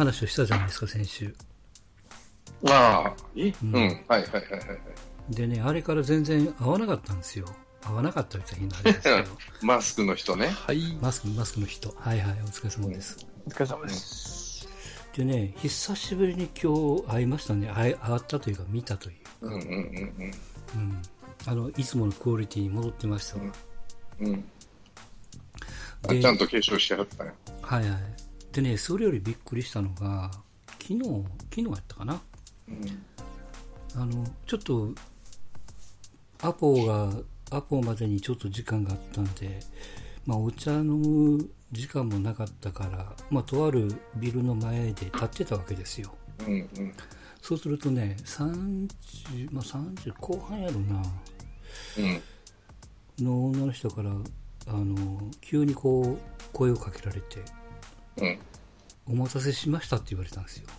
話をしたじゃないですか、先週。 ああ、はいはいはいはい。 でね、あれから全然会わなかったんですよ。会わなかったって言ったら変なあれですけど。 マスクの人ね。 はい。 マスクの人。はいはい、お疲れ様です。 お疲れ様です。 でね、久しぶりに今日会いましたね。会ったというか、見たというか。いつものクオリティに戻ってましたわ。 ちゃんと化粧してはったね。 はいはい。でね、それよりびっくりしたのが、昨日やったかな。ちょっと、アポまでにちょっと時間があったんで、お茶飲む時間もなかったから、とあるビルの前で立ってたわけですよ。そうするとね、30後半やろな、の女の人から、急にこう、声をかけられて、お待たせしましたって言われたんですよ。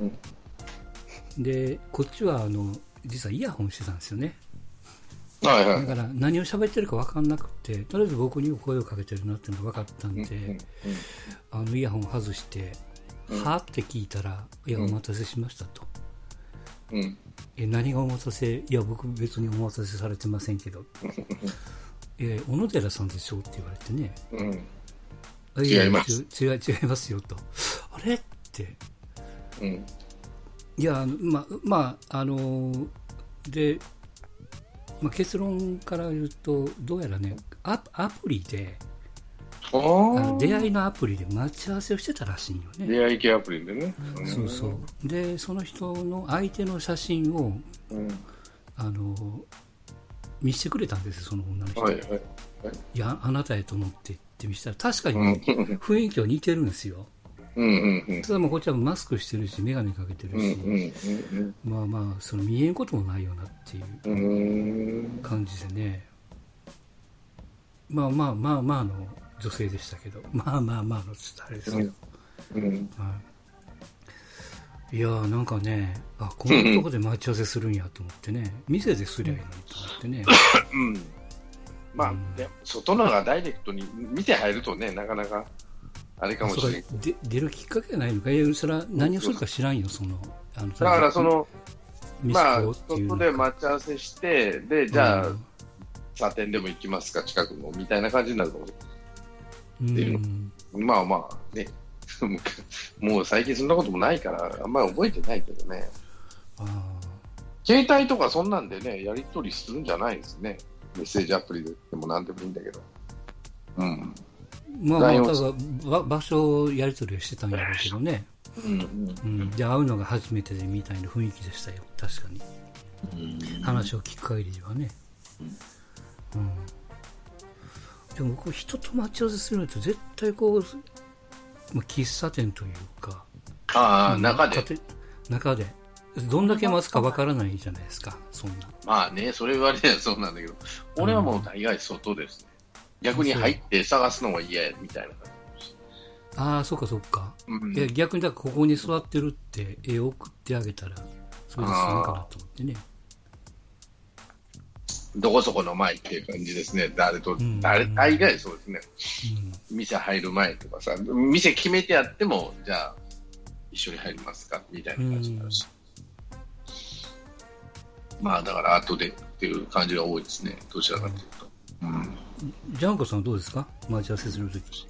で、こっちは実はイヤホンしてたんですよね。だから何を喋ってるか分かんなくて、とりあえず僕にも声をかけてるなっていうのが分かったんで、イヤホンを外して、はって聞いたら、いや、お待たせしましたと。何がお待たせ、いや、僕別にお待たせされてませんけど。小野寺さんでしょって言われてね。 違います。 違いますよと。あれって。いや、で、結論から言うと、どうやらね、アプリで、出会いのアプリで待ち合わせをしてたらしいよね。 出会い系アプリでね。 そうそう。で、その人の相手の写真を、見せてくれたんですよ、その女の人。いや、あなたへと思って言ってみせたら、確かに、雰囲気は似てるんですよ。ただこっちはマスクしてるし、眼鏡かけてるし、その見えんこともないよなっていう感じでね。の女性でしたけど、のあれですけど。いやー、なんかね、こんなとこで待ち合わせするんやと思ってね、店ですりゃいいのにと思ってね。 外のがダイレクトに店入るとね、なかなかあれかもしれない。 出るきっかけがないのか、それは何をするか知らんよ、 だから外で待ち合わせして、で、じゃあ、茶店でも行きますか、近くの、みたいな感じになるかもしれない。ね。もう最近そんなこともないから、あんまり覚えてないけどね。携帯とかそんなんでね、やり取りするんじゃないですね。メッセージアプリでも何でもいいんだけど。 ただ場所をやり取りをしてたんやろうけどね。で、会うのが初めてでみたいな雰囲気でしたよ、確かに。話を聞く限りではね。でも僕、人と待ち合わせするのと絶対喫茶店というか、中でどんだけ待つかわからないじゃないですか、そんな。 それ言われればそうなんだけど、俺はもう大概外ですね。逆に入って探すのが嫌やみたいな感じ。そうかそうか。逆にだからここに座ってるって絵を送ってあげたら、それで済むかなと思ってね。 どこそこの前っていう感じですね。大概そうですね。店入る前とかさ、店決めてあっても、じゃあ一緒に入りますかみたいな感じになるし。だから後でっていう感じが多いですね。どちらかというと。 ジャンコさんはどうですか、待ち合わせするとき。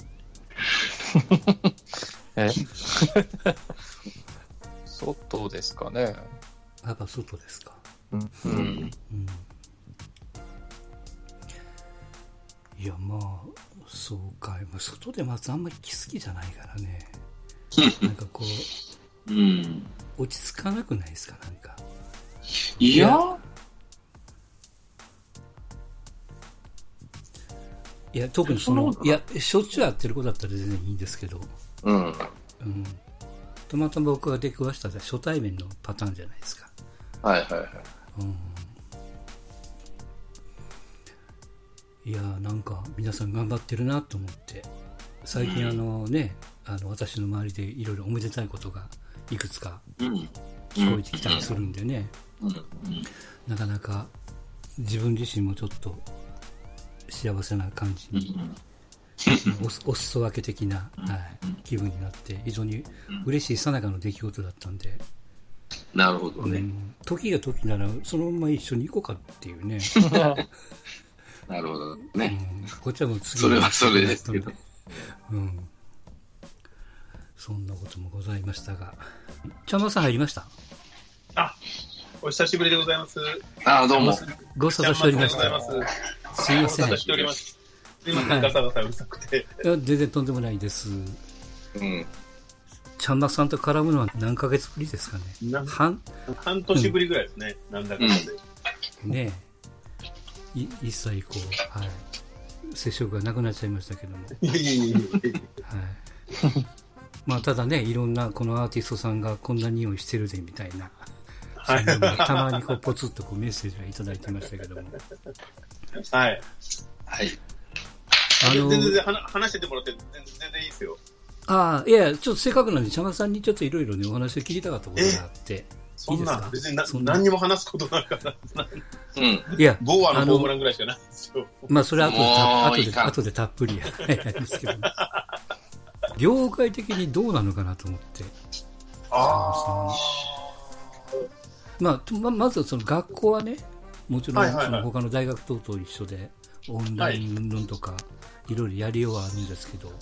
外ですかね。 やっぱ外ですか。いや、そうか。外で待つあんまり好きじゃないからね。なんか落ち着かなくないですか、なんか。 いや、 特にしょっちゅうやってることだったら全然いいんですけど。たまたま僕が出くわした初対面のパターンじゃないですか。いやー、なんか皆さん頑張ってるなと思って、最近私の周りでいろいろおめでたいことがいくつか聞こえてきたりするんでね、なかなか自分自身もちょっと幸せな感じにお裾分け的な、はい、気分になって、非常に嬉しいさなかの出来事だったんで。 なるほどね。 時が時なら、そのまま一緒に行こうかっていうね。 なるほどね。 こっちはもう次それはそれですけど。 そんなこともございましたが。茶間さん入りました？ お久しぶりでございます。 どうも。 ご無沙汰しておりました。すいません。 ご無沙汰しております。すいません、ガサガサうるさくて。 いや、全然とんでもないです。ちゃんまさんと絡むのは何ヶ月ぶりですかね。 半年ぶりぐらいですね。なんだかんだで。 ねえ。一切はい。接触がなくなっちゃいましたけども。はい。まあ、ただね、いろんなこのアーティストさんがこんな匂いしてるぜみたいな。はい。たまにポツッとメッセージをいただいてましたけども。 はい。 はい。 全然話しててもらって全然いいですよ。 いや、ちょっとせっかくなんで、茶間さんにちょっといろいろね、お話を聞きたかったことがあって。 そんな、別に何にも話すことないから。 いや、 ボーアのホームランぐらいしかないんですよ。 まあ、それは後でたっぷりやりますけど、業界的にどうなのかなと思って。まずその学校はね、もちろんその他の大学等と一緒で、オンライン云々とか、いろいろやりようはあるんですけど、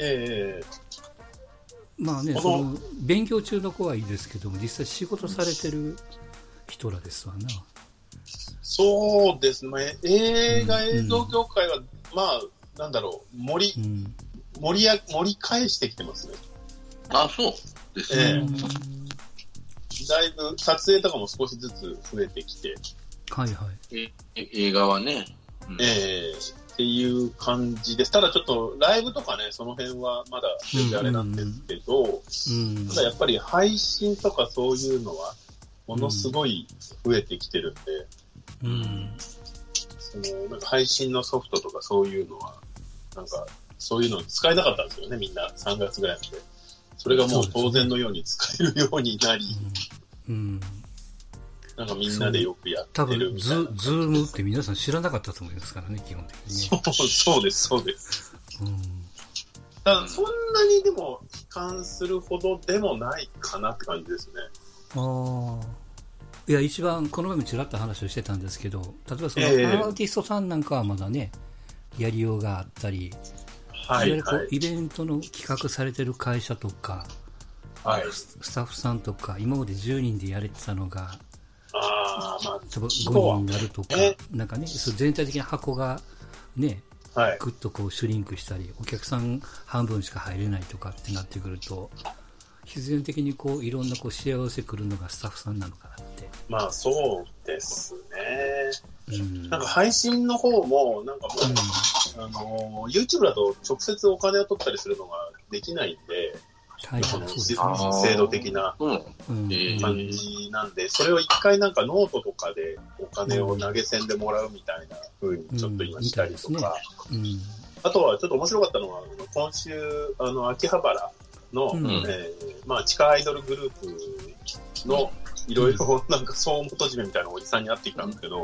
まあね、その勉強中の子はいいですけども、実際仕事されてる人らですわな。 そうですね、映画映像業界は、まあ、なんだろう、盛り返してきてますね。 そうですね。 だいぶ撮影とかも少しずつ増えてきて。 はいはい。 映画はね。 っていう感じです。ただちょっとライブとかね、その辺はまだ全然あれなんですけど、ただやっぱり配信とかそういうのはものすごい増えてきてるんで、そのなんか配信のソフトとかそういうのは、なんかそういうの使えなかったんですよね、みんな3月ぐらいまで。それがもう当然のように使えるようになり、なんかみんなでよくやってるみたいな。 多分ズームって皆さん知らなかったと思いますからね、基本的にね。 そうです。ただそんなにでも悲観するほどでもないかなって感じですね。 いや、一番この前もちらっと話をしてたんですけど、例えばそのアーティストさんなんかはまだね、やりようがあったり、いわゆるイベントの企画されてる会社とか、スタッフさんとか、今まで10人でやれてたのが、5人になるとか、なんかね、全体的な箱がね、ぐっとシュリンクしたり、お客さん半分しか入れないとかってなってくると、必然的にいろんな幸せ来るのがスタッフさんなのかなって。 まあそうですね。なんか配信の方も、なんかもう、YouTube だと直接お金を取ったりするのができないんで、制度的な感じなんで、それを一回なんかノートとかでお金を投げ銭でもらうみたいな風にちょっと今したりとか、あとはちょっと面白かったのは、今週、秋葉原の、まあ地下アイドルグループのいろいろなんか総元締めみたいなおじさんに会ってきたんですけど、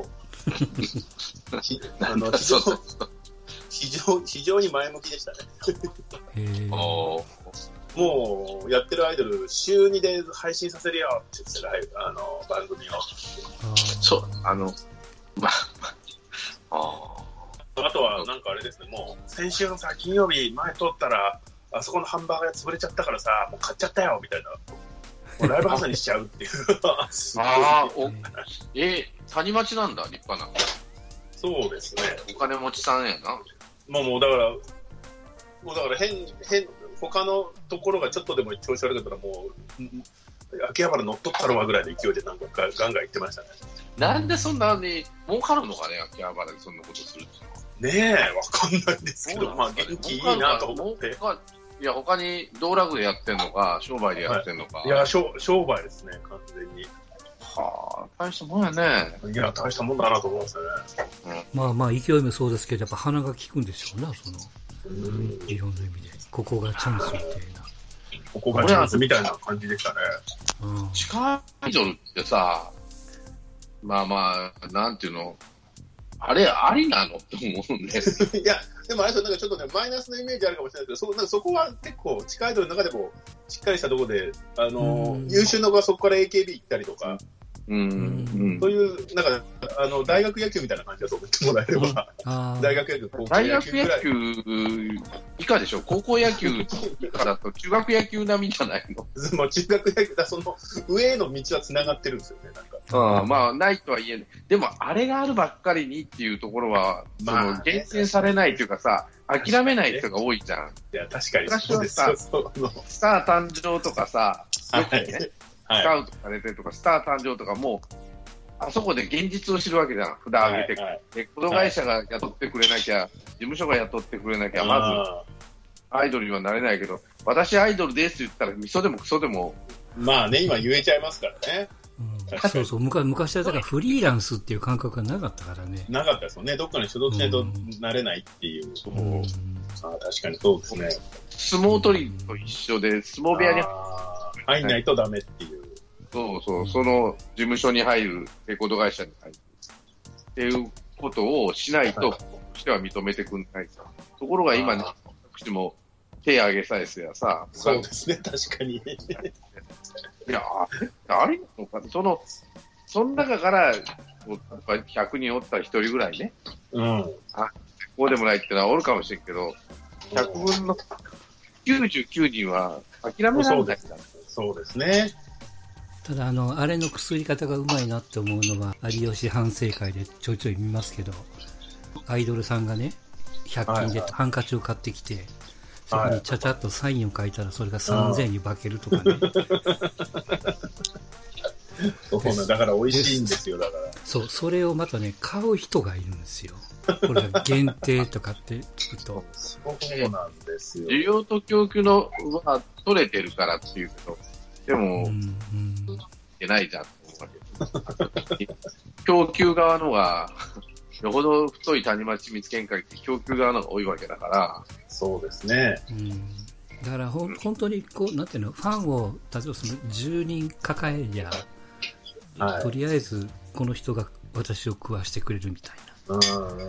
非常に前向きでしたね。もうやってるアイドル週2で配信させるよって言って番組を。あとはなんかあれですね、もう先週のさ金曜日前通ったらあそこのハンバーガー屋潰れちゃったからさもう買っちゃったよみたいな。もうライブハウスにしちゃうっていう。 谷町なんだ、立派な。 そうですね。 お金持ちさんやな。 もうだから他のところがちょっとでも調子悪かったらもう秋葉原乗っ取ったろわぐらいの勢いでなんかガンガン言ってましたね。 なんでそんなに儲かるのかね、秋葉原でそんなことするっていうのは。ねえ、わかんないですけど、まあ元気いいなと思って。 いや、他に道楽でやってんのか、商売でやってんのか。 いや、商売ですね、完全に。 大したもんやね。 いや、大したもんだなと思うんですよね。 まあまあ、勢いもそうですけど、やっぱ鼻が利くんでしょうな、いろんな意味で。ここがチャンスみたいな。 ここがチャンスみたいな感じでしたね。 地下アイドルってさ、まあまあ、なんていうの、 あれ、ありなのって思うんです。 いや、でもあれですよ、なんかちょっとね、マイナスのイメージあるかもしれないけど、なんかそこは結構、地下アイドルの中でもしっかりしたところで、優秀な子はそこから AKB 行ったりとか、そういう、なんか、大学野球みたいな感じだと思ってもらえれば、大学野球、高校野球ぐらい。大学野球以下でしょ、高校野球以下だと中学野球並みじゃないの。 もう中学野球だ、その上への道は繋がってるんですよね、なんか。 まあ、ないとは言えない。でも、あれがあるばっかりにっていうところは、厳選されないというかさ、諦めない人が多いじゃん。 いや、確かにそうですよ。スター誕生とかさ、よくね。スカウトされてるとか、スター誕生とかもう、あそこで現実を知るわけじゃん、札上げて、レコード会社が雇ってくれなきゃ、事務所が雇ってくれなきゃ、まずアイドルにはなれないけど、私アイドルですって言ったら、味噌でもクソでも。 まあね、今言えちゃいますからね。 そうそう、昔はだからフリーランスっていう感覚がなかったからね。 なかったですよね、どっかに所属しないとなれないっていう。確かにそうですね。 相撲取りと一緒で、相撲部屋に入んないとダメっていう。 そうそう、その事務所に入る、レコード会社に入るっていうことをしないと、しては認めてくんないさ。ところが今ね、私も手挙げさえすやさ。 そうですね、確かに。いや、あれなのか、その中から、100人おったら1人ぐらいね。こうでもないってのはおるかもしれんけど、100分の99人は諦められないんだ。 そうですね。 ただあれの薬方がうまいなって思うのは、有吉反省会でちょいちょい見ますけど、アイドルさんがね、100均でハンカチを買ってきて、そこにちゃちゃっとサインを書いたら、それが3000円に化けるとかね。 そうだから美味しいんですよ、だから。 そう、それをまたね、買う人がいるんですよ。これが限定とかって聞くと。 そうなんですよ。 需要と供給のは取れてるからっていうけど、でも、いけないじゃんと思うわけ。供給側のが、よほど太い谷町見つけんかりって供給側のが多いわけだから。 そうですね。 だから本当にこう、なんていうの、ファンを、例えばその10人抱えりゃ、とりあえずこの人が私を食わしてくれるみたいな。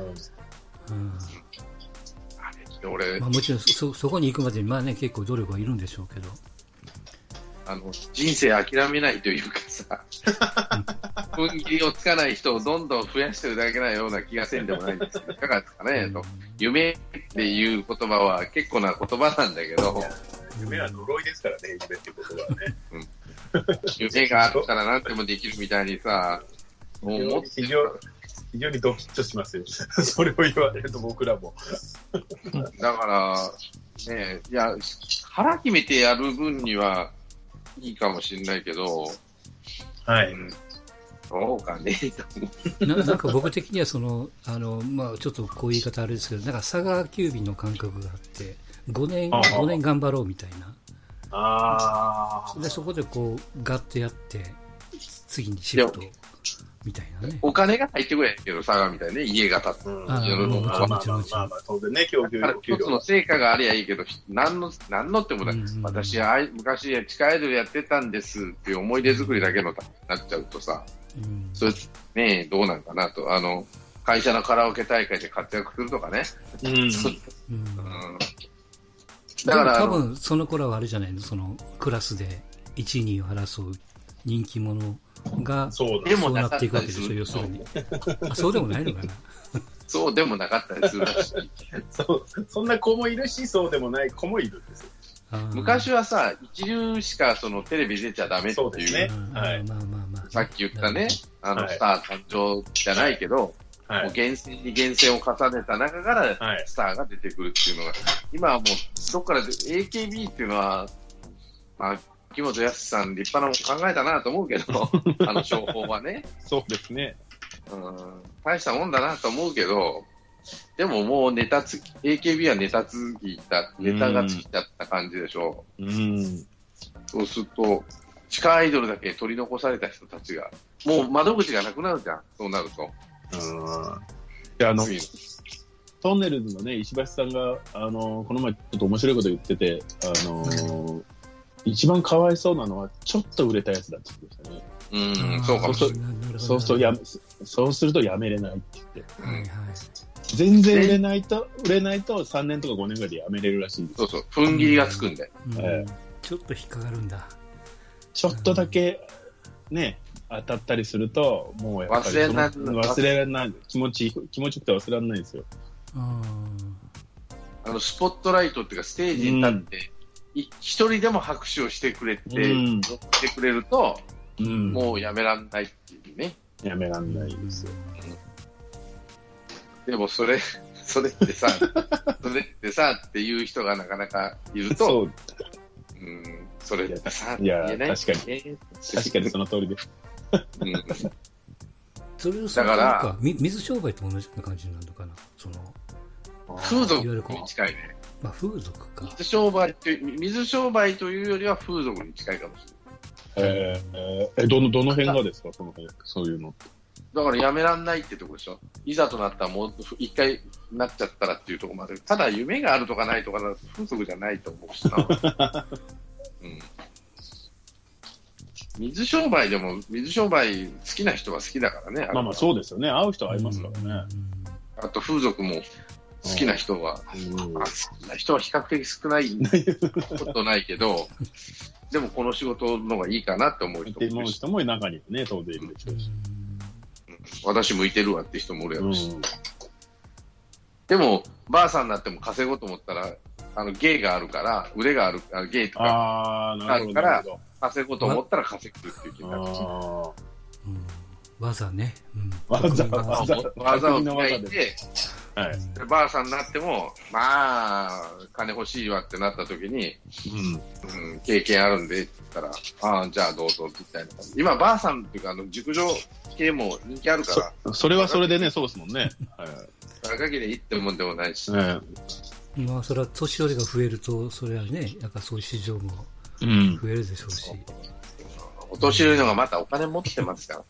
俺、 もちろんそこに行くまでに、まあね、結構努力はいるんでしょうけど。 人生諦めないというかさ、踏ん切りをつかない人をどんどん増やしてるだけなような気がせんでもないんですけど、いかがですかね、夢っていう言葉は結構な言葉なんだけど、 夢は呪いですからね、夢っていう言葉はね。 夢があったら何でもできるみたいにさ、もう非常にドキッとしますよ。それを言われると僕らも。 だから、ね、いや、腹決めてやる分にはいいかもしれないけど、そうかね。 なんか僕的にはまあちょっとこういう言い方あれですけど、なんか佐川急便の感覚があって、5年頑張ろうみたいな。で、そこでこう、ガッてやって、次にシフトみたいなね。 お金が入ってくれんけど、佐川みたいにね、家が建つ。 まあ、当然ね、供給量。 一つの成果がありゃいいけど、何のってもない。私は昔、地下アイドルやってたんですっていう思い出作りだけのためになっちゃうとさ、それね、どうなんかなと。会社のカラオケ大会で活躍するとかね。 だから多分その頃はあれじゃないの、そのクラスで1、2を争う人気者がそうなっていくわけでしょ、要するに。そうでもないのかな。 そうでもなかったりするらしい。 そんな子もいるし、そうでもない子もいるんですよ。 昔はさ、一流しかテレビ出ちゃダメっていう、さっき言ったね、スター誕生じゃないけど、もう厳選に厳選を重ねた中からスターが出てくるっていうのが、今はもうどっからAKB っていうのは、まあ、木本康さん立派なもの考えたなと思うけど、商法はね。 そうですね。 大したもんだなと思うけど、でももうAKB はネタが尽きちゃった感じでしょ。そうすると、地下アイドルだけ取り残された人たちが、もう窓口がなくなるじゃん、そうなると。 トンネルズのね、石橋さんが、この前ちょっと面白いこと言ってて、一番かわいそうなのは、ちょっと売れたやつだって言ってましたね。 そうかもしれない。 そうするとやめれないって言って。はいはい。全然売れないと3年とか5年ぐらいでやめれるらしいです。 そうそう。踏ん切りがつくんで。 ちょっと引っかかるんだ。 ちょっとだけね、当たったりすると、もうやっぱり忘れられない。気持ちよくて忘れられないんですよ。 スポットライトっていうか、ステージに立って、一人でも拍手をしてくれて、してくれると、もうやめらんないっていうね。 やめらんないですよ。 でもそれってさっていう人がなかなかいると、それってさ、 いや、確かにその通りです。 それだから水商売と同じような感じになるのかな。 風俗に近いね。 まあ風俗か。 水商売というよりは風俗に近いかもしれない。どの辺がですか、そういうのって。 だからやめらんないってとこでしょ。いざとなったらもう一回なっちゃったらっていうところまで。ただ夢があるとかないとかだと風俗じゃないと思うしな。水商売でも水商売好きな人は好きだからね。 まあそうですよね。会う人は会いますからね。 あと風俗も好きな人は、好きな人は比較的少ないことないけど、でもこの仕事の方がいいかなって思う人も中にはね、当然いるでしょうし。 私向いてるわって人もおるやろし。でも、ばあさんになっても稼ごうと思ったら、芸があるから、腕がある、芸とかあるから、稼ごうと思ったら稼ぐっていう気になるし。 技ね。 技を磨いて、ばあさんになっても、まあ、金欲しいわってなった時に、経験あるんでって言ったら、じゃあどうぞみたいな感じ。今、ばあさんっていうか、熟女系も人気あるから。 それはそれでね、そうですもんね。 高木でいいってもんでもないし。 まあ、それは年寄りが増えると、それはね、やっぱそういう市場も増えるでしょうし。 お年寄りのがまたお金持ってますから。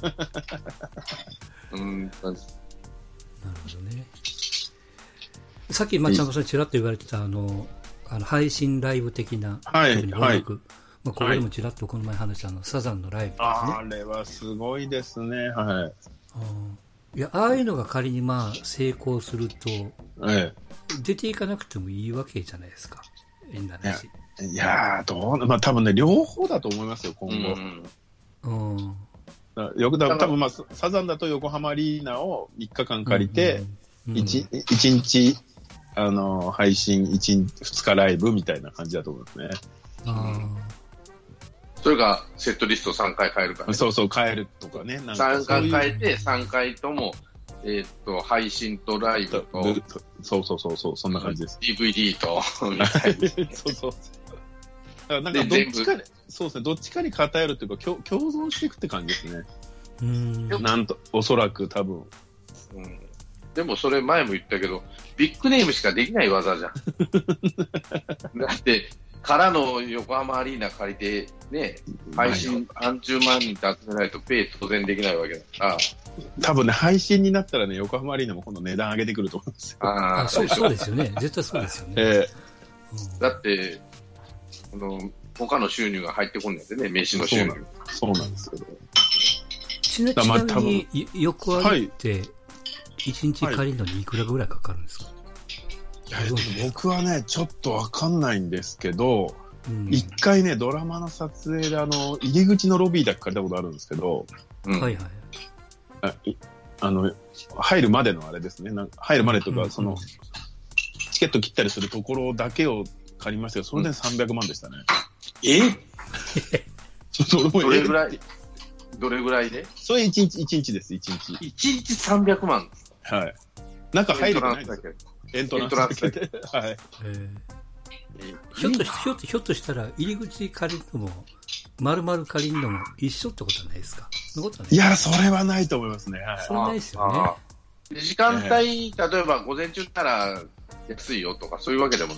なるほどね。さっきちゃんとちらっと言われてた配信ライブ的な音楽、ここでもちらっとこの前話したサザンのライブですね。 あれはすごいですね。 いや、ああいうのが仮に成功すると、出ていかなくてもいいわけじゃないですか。変な話。 いやー、多分ね、両方だと思いますよ、今後。多分サザンだと横浜アリーナを3日間借りて、1日、配信2日ライブみたいな感じだと思いますね。 それがセットリスト3回変えるからね。 そう、変えるとかね。 3回変えて、3回とも、配信とライブと、 そう、そんな感じです。 DVD と、みたいな。 そう。だからどっちかに、そうですね、どっちかに偏るというか、共存していくって感じですね。おそらく多分。 でもそれ前も言ったけど、ビッグネームしかできない技じゃん。だって、からの横浜アリーナ借りて、ね、配信何十万人と集めないとペイ当然できないわけだから。 多分ね、配信になったらね、横浜アリーナも今度値段上げてくると思うんですよ。そうですよね。絶対そうですよね。 だって、他の収入が入ってこないんでね、飯の収入。 そうなんですけど。 ちなみに、横アリって1日借りるのにいくらぐらいかかるんですか？ 僕はね、ちょっとわかんないんですけど、一回ね、ドラマの撮影で入り口のロビーだけ借りたことあるんですけど、入るまでのあれですね、入るまでとか、チケット切ったりするところだけを借りましたけど、それで300万でしたね。 どれぐらいで？ それ1日です、1日。 1日300万？ はい。中入れてないんですよ。エントランスだけで。はい。 ひょっとしたら、入り口借りるのも、丸々借りるのも一緒ってことはないですか？ いや、それはないと思いますね。 それはないですよね。時間帯、例えば午前中なら安いよとか、そういうわけでもない。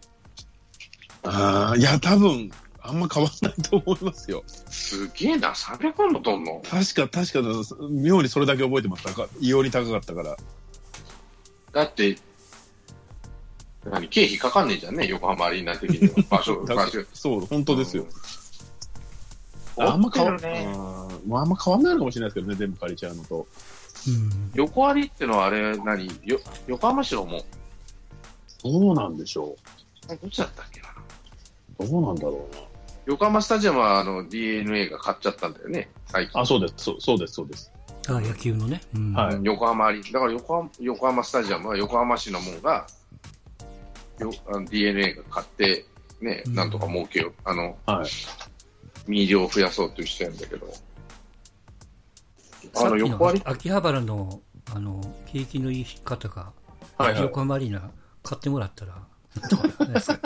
いや、多分、あんま変わらないと思いますよ。 すげえな、300万も取んの？ 確か、妙にそれだけ覚えてます。異様に高かったから。 だって、経費かかんねえじゃんね、横浜アリーナ的には。場所。 そう、本当ですよ。 あんま変わんないのかもしれないですけどね、全部借りちゃうのと。 横割りってのはあれ横浜市のもん。 どうなんでしょう。どっちだったっけな。 どうなんだろうな。 横浜スタジアムはDNA が買っちゃったんだよね、最近。 そうです。 野球のね。 はい。横浜あり。だから横浜スタジアムは横浜市のもんが、DNA が買って、ね、なんとか儲けよう。ミー量を増やそうとしてるんだけど。 さっきの秋葉原の、景気のいい方が、横浜アリーナ買ってもらったら、どうなんですか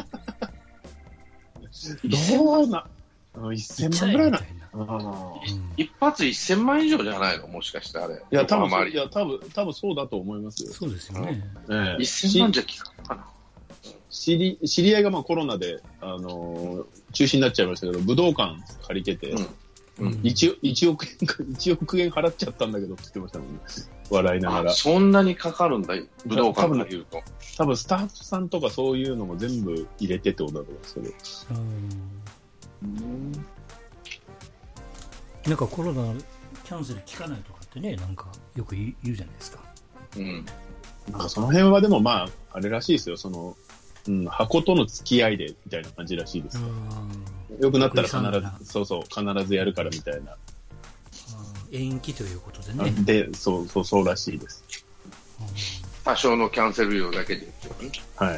どうな、1000万ぐらいな。 一発1000万以上じゃないのもしかしてあれ。 いや、多分そうだと思いますよ。 そうですよね。 1000万じゃ効かないかな。 知り合いがコロナで、中止になっちゃいましたけど、武道館借りてて、1億円払っちゃったんだけどって言ってましたもんね。笑いながら。 そんなにかかるんだ、武道館借りると。 多分スタッフさんとかそういうのも全部入れてってことだと思うんですけど。 なんかコロナキャンセル効かないとかってね、なんかよく言うじゃないですか。 なんかその辺はでもあれらしいですよ。箱との付き合いでみたいな感じらしいです。よくなったら必ずやるからみたいな。 延期ということでね。 で、そうらしいです。 多少のキャンセル料だけでってことね。 はい。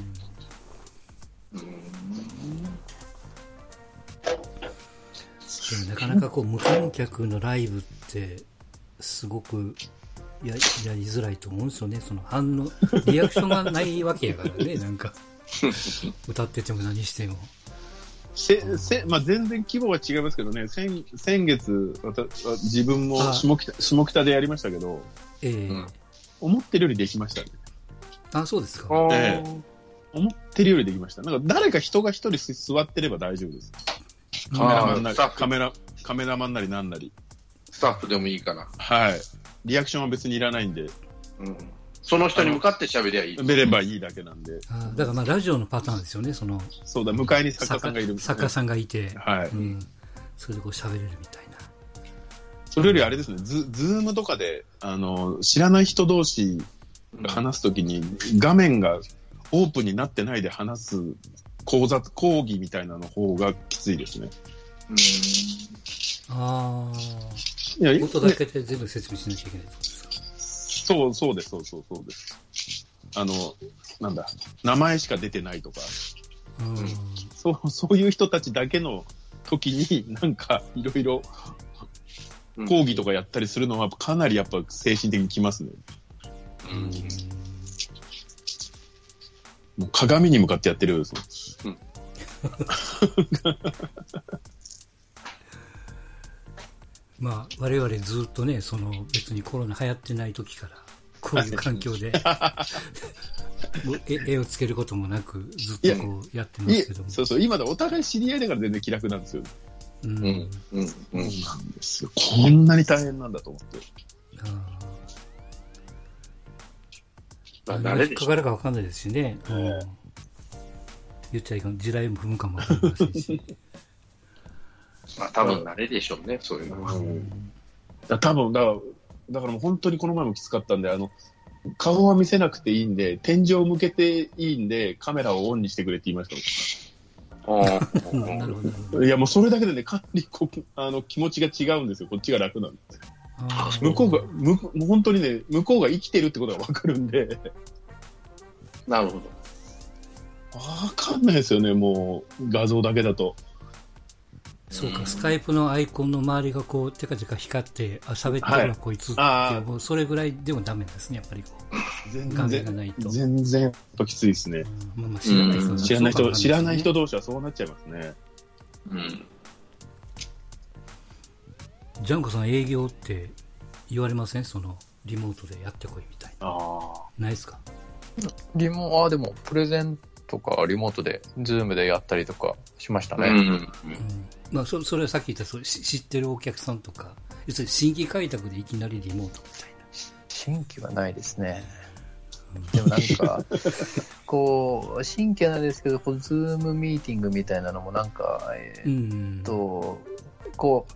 でもなかなか無観客のライブってすごくやりづらいと思うんですよね。その反応、リアクションがないわけやからね、なんか歌ってても何しても。 全然規模は違いますけどね。先月自分も下北でやりましたけど、思ってるよりできましたね。 そうですか。 思ってるよりできました。なんか誰か人が一人座ってれば大丈夫です。カメラマンなりなんなり。 スタッフでもいいから。 はい。リアクションは別にいらないんで。 その人に向かって喋りゃいい。 喋ればいいだけなんで。 だからラジオのパターンですよね。 そうだ、向かいに作家さんがいる。 作家さんがいて、 はい。 それで喋れるみたいな。 それよりあれですね、ズームとかで、知らない人同士が話すときに、画面がオープンになってないで話す講義みたいなの方がきついですね。 音だけで全部説明しなきゃいけないってことですか？ そうです。なんだ、名前しか出てないとか、そういう人たちだけの時に、なんか、いろいろ、講義とかやったりするのは、かなりやっぱ精神的にきますね。もう鏡に向かってやってるようです。 我々ずっとね、別にコロナ流行ってない時から、こういう環境で絵をつけることもなく、ずっとやってますけども。 そう、今お互い知り合いだから全然気楽なんですよ。そうなんですよ。こんなに大変なんだと思って。 誰でかかるか分かんないですしね。言っちゃいかん、地雷も踏むかも分かりませんし。 多分慣れでしょうね、そういうのは。 多分だからもう本当にこの前もきつかったんで、顔は見せなくていいんで、天井を向けていいんで、カメラをオンにしてくれって言いましたもん。 なるほど。 いや、もうそれだけでね、かなり気持ちが違うんですよ。こっちが楽なんです。向こうが、もう本当にね、向こうが生きてるってことがわかるんで。 なるほど。 わかんないですよね、もう、画像だけだと。 そうか、スカイプのアイコンの周りがテカテカ光って、喋ってるのこいつって、もうそれぐらいでもダメですね、やっぱり画面がないと。 全然きついですね。知らない人同士はそうなっちゃいますね。 ジャンコさん、営業って言われません？リモートでやってこいみたいな。ないですか？ でも、プレゼンとかリモートで、ズームでやったりとかしましたね。 それはさっき言った知ってるお客さんとか、要するに新規開拓でいきなりリモートみたいな。 新規はないですね。でもなんか、新規はないですけど、ズームミーティングみたいなのもなんか、 こ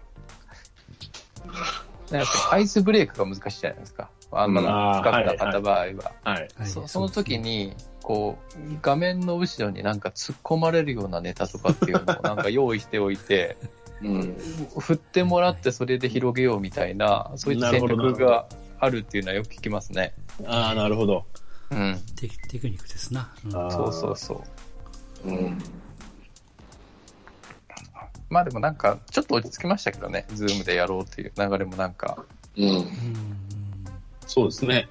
う、なんかアイスブレイクが難しいじゃないですか。あんま深くなかった場合は。その時に、こう、画面の後ろになんか突っ込まれるようなネタとかっていうのをなんか用意しておいて、振ってもらってそれで広げようみたいな、そういった戦略があるっていうのはよく聞きますね。 ああ、なるほど。 テクニックですな。 そう。まあでもなんか、ちょっと落ち着きましたけどね、ズームでやろうっていう流れもなんか。 そうですね。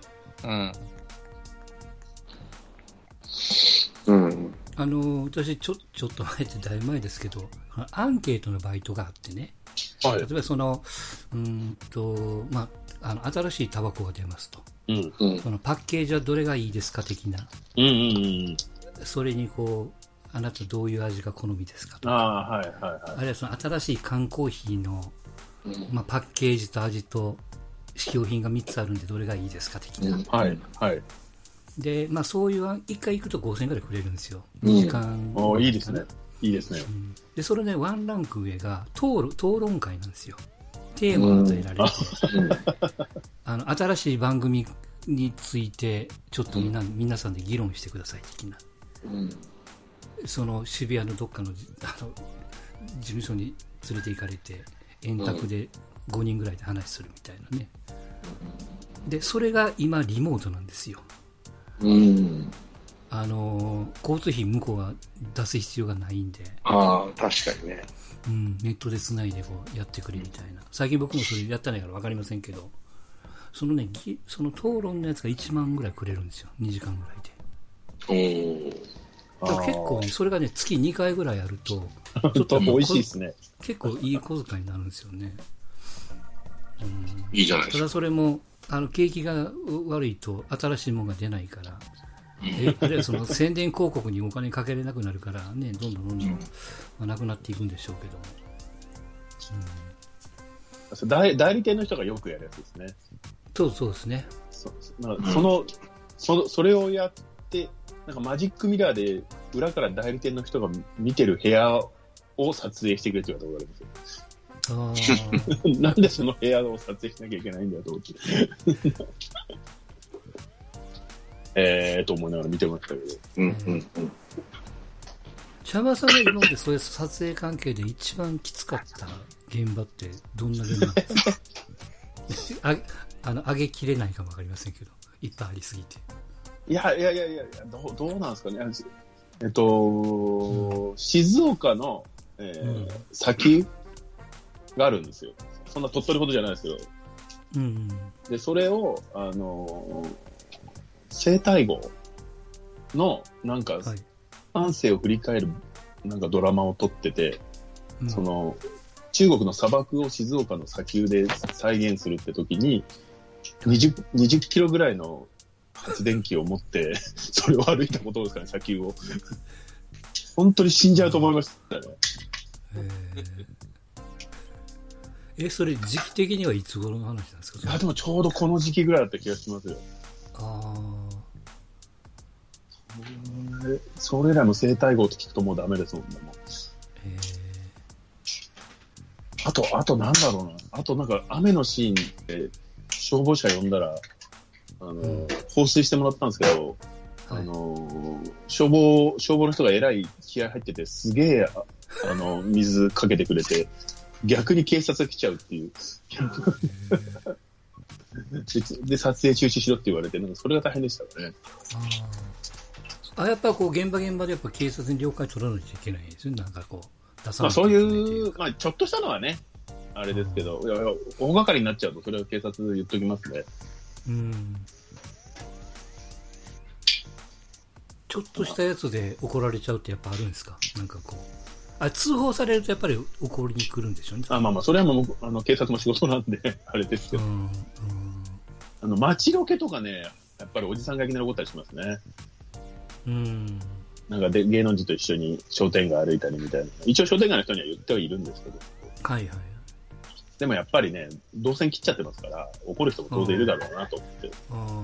私ちょっと前ってだいぶ前ですけど、アンケートのバイトがあってね、例えばその、新しいタバコが出ますと。そのパッケージはどれがいいですか的な。それにこう、あなたどういう味が好みですかとか。あるいはその新しい缶コーヒーの、パッケージと味と試供品が3つあるんでどれがいいですか的な。で、そういう、1回行くと5000円くらいくれるんですよ。2時間。 いいですね。いいですね。 で、それね、ワンランク上が討論会なんですよ。テーマが与えられて、新しい番組について、ちょっと皆さんで議論してください的な。その渋谷のどっかの事務所に連れて行かれて、円卓で5人ぐらいで話するみたいなね。で、それが今リモートなんですよ。交通費向こうが出す必要がないんで。 確かにね。 ネットで繋いでこうやってくれみたいな。最近僕もそれやってないから分かりませんけど、その討論のやつが1万ぐらいくれるんですよ。2時間ぐらいで。結構ね、それがね、月2回ぐらいやると、 ちょっと美味しいですね。 結構いい小遣いになるんですよね。 いいじゃないですか。 ただそれも、景気が悪いと新しいものが出ないから、あるいはその宣伝広告にお金かけれなくなるからね、どんどんなくなっていくんでしょうけど。代理店の人がよくやるやつですね。 そうですね。 それをやって、なんかマジックミラーで裏から代理店の人が見てる部屋を撮影してくれって言われたことがありますよ。なんでその部屋を撮影しなきゃいけないんだよと思って。と思いながら見てましたけど。 茶葉さんが今までそういう撮影関係で一番きつかった現場ってどんな現場なんですか？上げきれないかもわかりませんけど、いっぱいありすぎて。 いや、どうなんですかね。静岡の、砂丘があるんですよ。そんな鳥取ほどじゃないですけど。で、それを、生態号の、なんか、半生を振り返る、なんかドラマを撮ってて、その、中国の砂漠を静岡の砂丘で再現するって時に、20キロぐらいの発電機を持って、それを歩いたことですかね、砂丘を。本当に死んじゃうと思いましたね。それ時期的にはいつ頃の話なんですか？ いや、でもちょうどこの時期ぐらいだった気がしますよ。それらの生態号って聞くともうダメですもんね。あとなんだろうな。あとなんか雨のシーンで消防車呼んだら、放水してもらったんですけど、消防の人がえらい気合入ってて、すげえ、水かけてくれて、逆に警察が来ちゃうっていう。で、撮影中止しろって言われて、なんかそれが大変でしたね。 やっぱこう、現場でやっぱ警察に了解取らないといけないんですよ。なんかこう、出さないといけないというか。 ちょっとしたのはね、あれですけど、大掛かりになっちゃうと、それは警察言っときますね。 ちょっとしたやつで怒られちゃうってやっぱあるんですか？なんかこう。通報されるとやっぱり怒りに来るんでしょうね。 それはもう、警察も仕事なんで、あれですけど。街ロケとかね、やっぱりおじさんがいきなり怒ったりしますね。なんか芸能人と一緒に商店街歩いたりみたいな。一応商店街の人には言ってはいるんですけど。でもやっぱりね、動線切っちゃってますから、怒る人も当然いるだろうなと思って。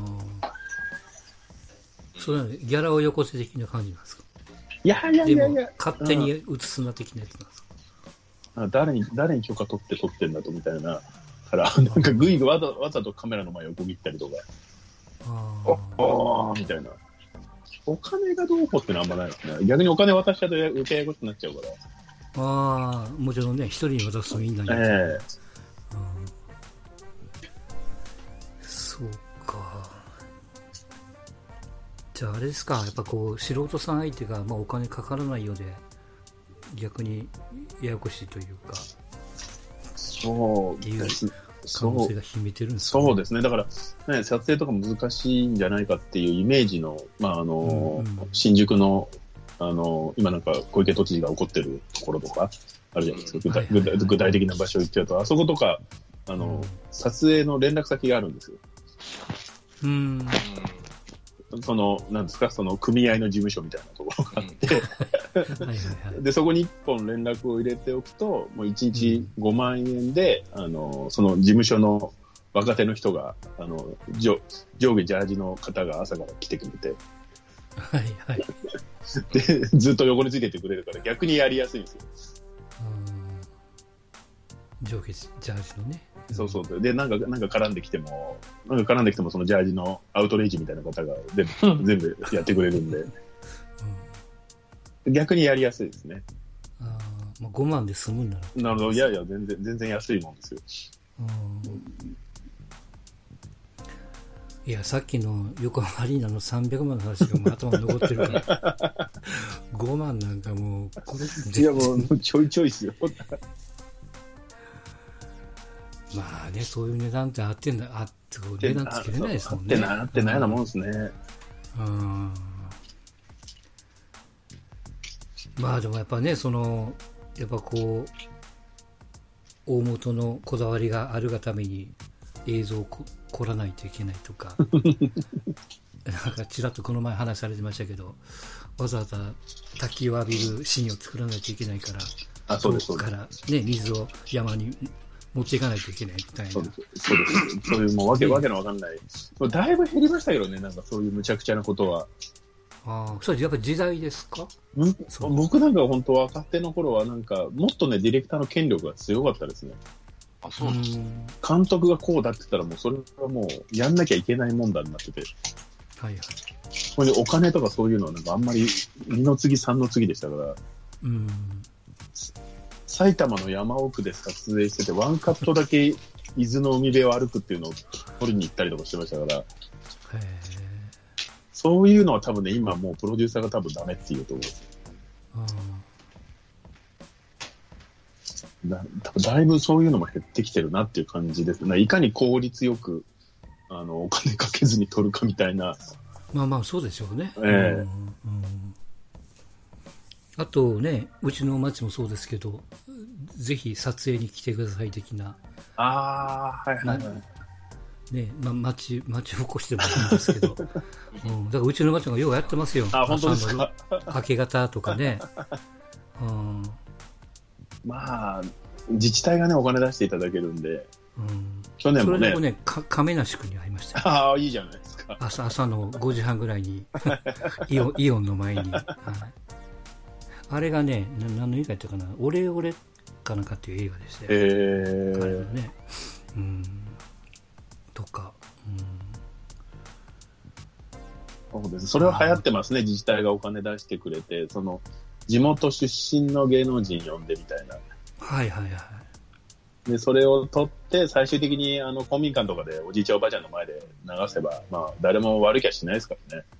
それはギャラをよこせ的な感じなんですか？ いや。 勝手に映すな的なやつなんですか？ 誰に許可取ってんだとみたいなから、なんかぐいぐいわざとカメラの前を横切ったりとか、みたいな。お金がどうこうってのはあんまないですね。逆にお金渡しちゃうと余計ややこしくなっちゃうから。 もちろんね、一人に渡すとみんなに。そうか。じゃああれですか、やっぱこう素人さん相手がまあお金かからないようで逆にややこしいというか。 そうですね。 可能性が秘めてるんですかね。 そうですね。だから、ね、撮影とか難しいんじゃないかっていうイメージの、新宿の、今なんか小池都知事が起こってるところとかあるじゃないですか。具体的な場所を言っちゃうと、あそことか、撮影の連絡先があるんですよ。なんですか、その組合の事務所みたいなところがあってで、そこに一本連絡を入れておくと、もう1日5万円で、その事務所の若手の人が、上下ジャージの方が朝から来てくれて、で、ずっと横についててくれるから、逆にやりやすいんですよ。 上下ジャージのね。 そうそう。で、なんか絡んできても、そのジャージのアウトレイジみたいな方が全部やってくれるんで、逆にやりやすいですね。 まあ、5万で済むんだなるほど。いやいや、全然安いもんですよ。 いや、さっきの横浜アリーナの300万の話がもう頭に残ってるから、5万なんかもう、これ、 いやもうちょいちょいですよ。 まあね、そういう値段って値段つけれないですもんね。 合ってないようなもんですね。 まあでもやっぱね、やっぱこう、大元のこだわりがあるがために映像を凝らないといけないとか、なんかちらっとこの前話されてましたけど、わざわざ滝を浴びるシーンを作らないといけないから、遠くからね、水を山に持っていかないといけないみたいな。 そうです。そういうもうわけのわかんない。だいぶ減りましたけどね、なんかそういう無茶苦茶なことは。 それやっぱ時代ですか？ 僕なんか本当若手の頃はなんかもっとね、ディレクターの権力が強かったですね。 そうなんですか。監督がこうだって言ったらもうそれはもうやんなきゃいけない問題になってて。これでお金とかそういうのはなんかあんまり2の次3の次でしたから。埼玉の山奥で撮影してて、ワンカットだけ伊豆の海辺を歩くっていうのを撮りに行ったりとかしてましたから、そういうのは多分ね、今もうプロデューサーが多分ダメっていうと思う。だいぶそういうのも減ってきてるなっていう感じですね。いかに効率よくお金かけずに撮るかみたいな。 まあそうでしょうね。あとね、うちの町もそうですけど、ぜひ撮影に来てください的な。ね、町おこしてもいいんですけど、だからうちの町がようやってますよ。 本当ですか？ 明け方とかね。 まあ、自治体がね、お金出していただけるんで、去年もね。 それでもね、亀梨君に会いましたよ。 いいじゃないですか。 朝の5時半ぐらいに、イオンの前に。あれがね、何の映画やったかな、オレオレかなんかっていう映画でしたよ。彼のね。とか。 そうです。それは流行ってますね。自治体がお金出してくれて、その、地元出身の芸能人呼んでみたいな。で、それを撮って、最終的に公民館とかでおじいちゃんおばあちゃんの前で流せば、まあ、誰も悪い気はしないですからね。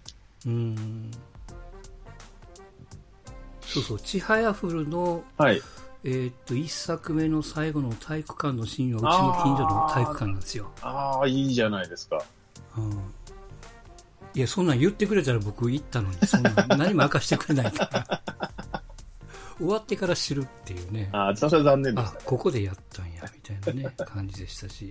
そう、ちはやふるの、一作目の最後の体育館のシーンはうちの近所の体育館なんですよ。 いいじゃないですか。 いや、そんなん言ってくれたら僕行ったのに、そんなん何も明かしてくれないから。終わってから知るっていうね。 それは残念でしたね。 ここでやったんや、みたいなね、感じでしたし。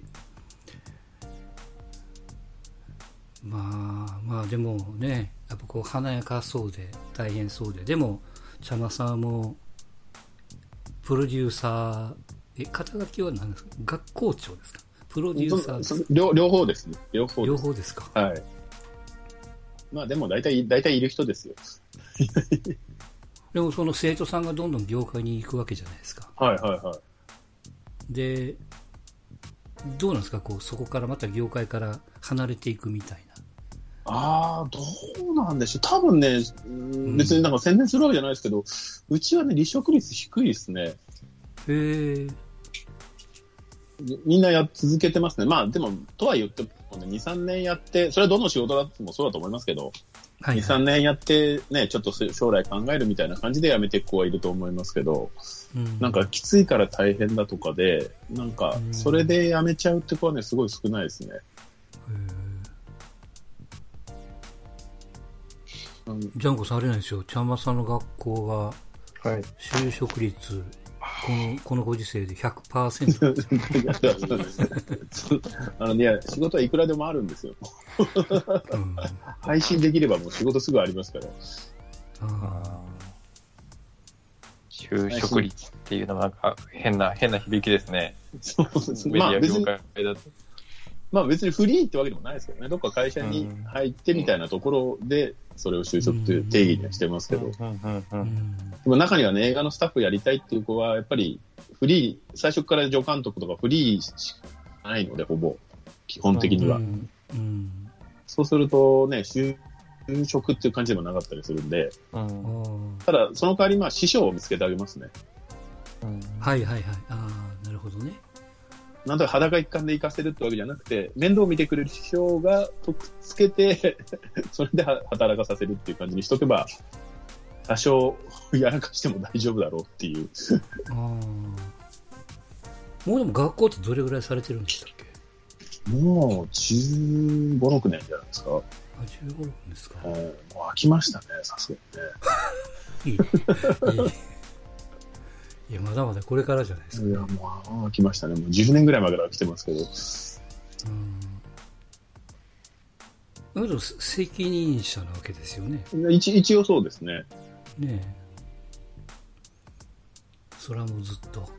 まあでもね、やっぱこう華やかそうで、大変そうで、でも、茶間さんも、プロデューサー、肩書きは何ですか？学校長ですか？プロデューサーですか？ 両方ですね。両方ですか？ まあでも大体いる人ですよ。 でもその生徒さんがどんどん業界に行くわけじゃないですか。 はいはいはい。 で、どうなんですか、こうそこからまた業界から離れていくみたいな。 どうなんでしょう。多分ね、別になんか宣伝するわけじゃないですけど、うちはね、離職率低いですね。 へえ。 みんな続けてますね。まあでも、とは言ってもね、2、3年やって、それはどの仕事だってもそうだと思いますけど、はいはい、2、3年やってね、ちょっと将来考えるみたいな感じで辞めていく子はいると思いますけど、なんかきついから大変だとかで、なんかそれで辞めちゃうって子はね、すごい少ないですね。 ジャンコさんあれなんですよ、茶間さんの学校が就職率、このご時世で 100% いや、仕事はいくらでもあるんですよ。配信できればもう仕事すぐありますから。 就職率っていうのはなんか変な響きですね。 そうですね。まあ別に、まあ別にフリーってわけでもないですけどね。どっか会社に入ってみたいなところで、それを就職という定義にはしてますけど。でも中にはね、映画のスタッフやりたいっていう子は、やっぱりフリー、最初から助監督とかフリーしかないので、ほぼ。基本的には。そうするとね、就職っていう感じでもなかったりするんで。ただ、その代わり、まあ、師匠を見つけてあげますね。 はいはいはい。なるほどね。 なんとか裸一貫で行かせるってわけじゃなくて、面倒を見てくれる師匠がとっつけて、それで働かさせるっていう感じにしとけば、多少やらかしても大丈夫だろうっていう。 もうでも学校ってどれぐらいされてるんでしたっけ？ もう15、6年じゃないですか。 15、6年ですか。 もう飽きましたね、さすがにね。 いや、まだまだこれからじゃないですか。 いや、もう飽きましたね。もう10年ぐらい前から飽きてますけど。 でも責任者なわけですよね。 一応そうですね。 ねえ。それはもうずっと。はい、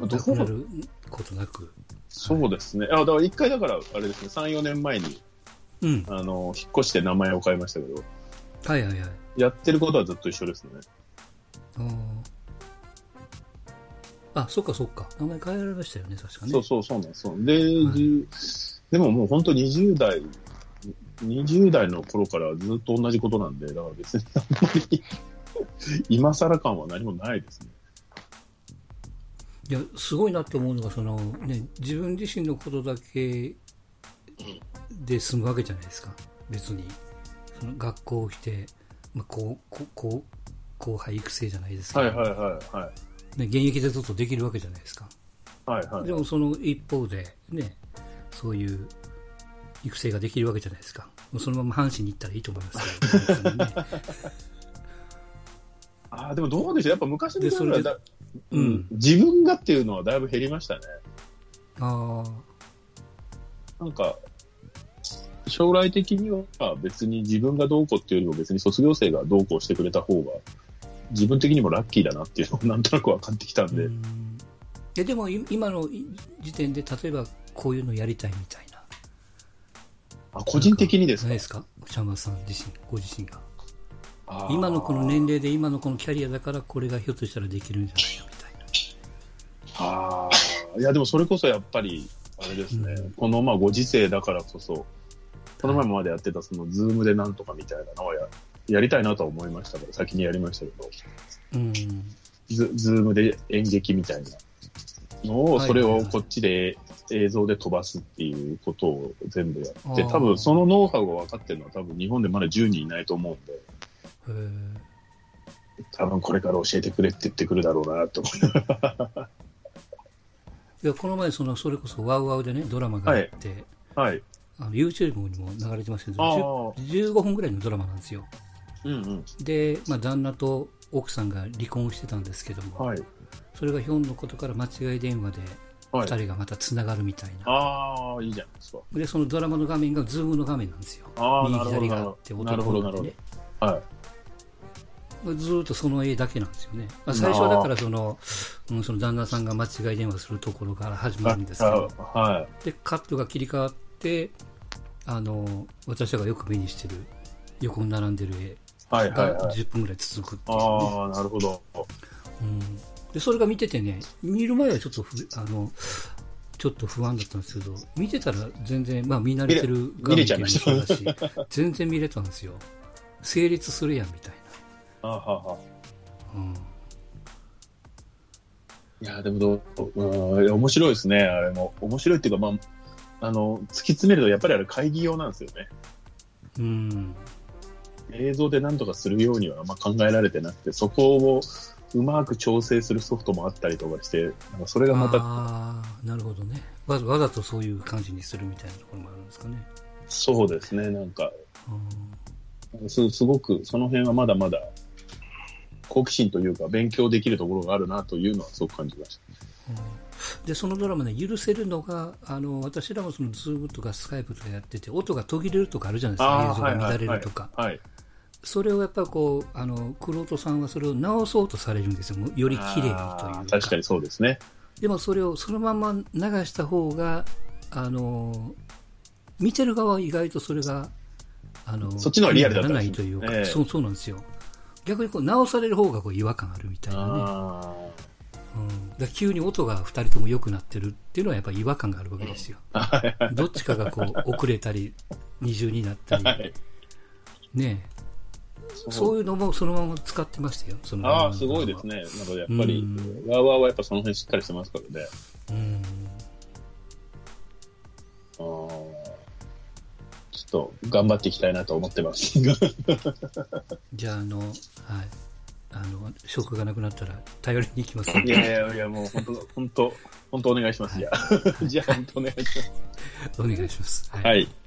なくなることなく。 そうですね。だから一回だから、あれですね、3、4年前に、引っ越して名前を変えましたけど。 はいはいはい。 やってることはずっと一緒ですね。 そっかそっか。名前変えられましたよね、確かね。 そうなんです。でももう本当20代の頃からずっと同じことなんで、だから別にあんまり今更感は何もないですね。 いや、すごいなって思うのが、自分自身のことだけで済むわけじゃないですか。別に。その学校をして、後輩育成じゃないですか。 はい。 現役でずっとできるわけじゃないですか。でもその一方で、ね、そういう育成ができるわけじゃないですか。もうそのまま阪神に行ったらいいと思いますけど、ね。 でもどうでしょう。やっぱ昔の頃は自分がっていうのはだいぶ減りましたね。なんか、将来的には別に自分がどうこうっていうよりも別に卒業生がどうこうしてくれた方が自分的にもラッキーだなっていうのがなんとなく分かってきたんで。 でも今の時点で例えばこういうのやりたいみたいな。 個人的にですか？ ないですか？茶間さんご自身が。今のこの年齢で今のこのキャリアだからこれがひょっとしたらできるんじゃないかみたいな。 いやでもそれこそやっぱりあれですね。このご時世だからこそ。この前までやってたそのズームでなんとかみたいなのをやりたいなとは思いましたから先にやりましたけど、ズームで演劇みたいなのをそれをこっちで映像で飛ばすっていうことを全部やって、多分そのノウハウが分かってるのは多分日本でまだ10人いないと思うんで、多分これから教えてくれって言ってくるだろうなと思いいやこの前それこそワウワウでねドラマがあって、YouTube にも流れてますけど、15分ぐらいのドラマなんですよ。で、旦那と奥さんが離婚してたんですけども、それがひょんのことから間違い電話で2人がまたつながるみたいな。 いいじゃないですか。 で、そのドラマの画面がズームの画面なんですよ。右左があって男の子でね。ずっとその絵だけなんですよね。最初はだからその旦那さんが間違い電話するところから始まるんですけど、でカットが切り替わって私がよく目にしてる横に並んでる絵が10分ぐらい続くっていう、ね。 ああ、なるほど。 で、それが見ててね、見る前はちょっと不安だったんですけど、見てたら全然、見慣れてる画面でもそうだし、 全然見れたんですよ。成立するやんみたいな。 いや、でも面白いですね、あれも。面白いっていうか、突き詰めるとやっぱりあれ会議用なんですよね。映像で何とかするようには考えられてなくて、そこをうまく調整するソフトもあったりとかして、それがまた。 なるほどね。わざとそういう感じにするみたいなところもあるんですかね。 そうですね、すごくその辺はまだまだ好奇心というか勉強できるところがあるなというのはすごく感じました。 でそのドラマね、許せるのが私らもそのズームとかスカイプとかやってて音が途切れるとかあるじゃないですか。映像が乱れるとか、それをやっぱり玄人さんはそれを直そうとされるんですよ。より綺麗にというか。 確かにそうですね。 でもそれをそのまま流した方が見てる側は意外とそれがそっちの方がリアルだったならないというか、そうなんですよ。逆に直される方が違和感あるみたいなね。だ急に音が2人とも良くなってるっていうのはやっぱり違和感があるわけですよ。どっちかが遅れたり二重になったり、ねえ、そういうのもそのまま使ってましたよ。 すごいですね。なのでやっぱりワーワーはやっぱその辺しっかりしてますからね。ちょっと頑張っていきたいなと思ってます。 じゃあ職がなくなったら頼りに行きます。 いやもう本当お願いします。じゃあ本当お願いします。 お願いします。 はい。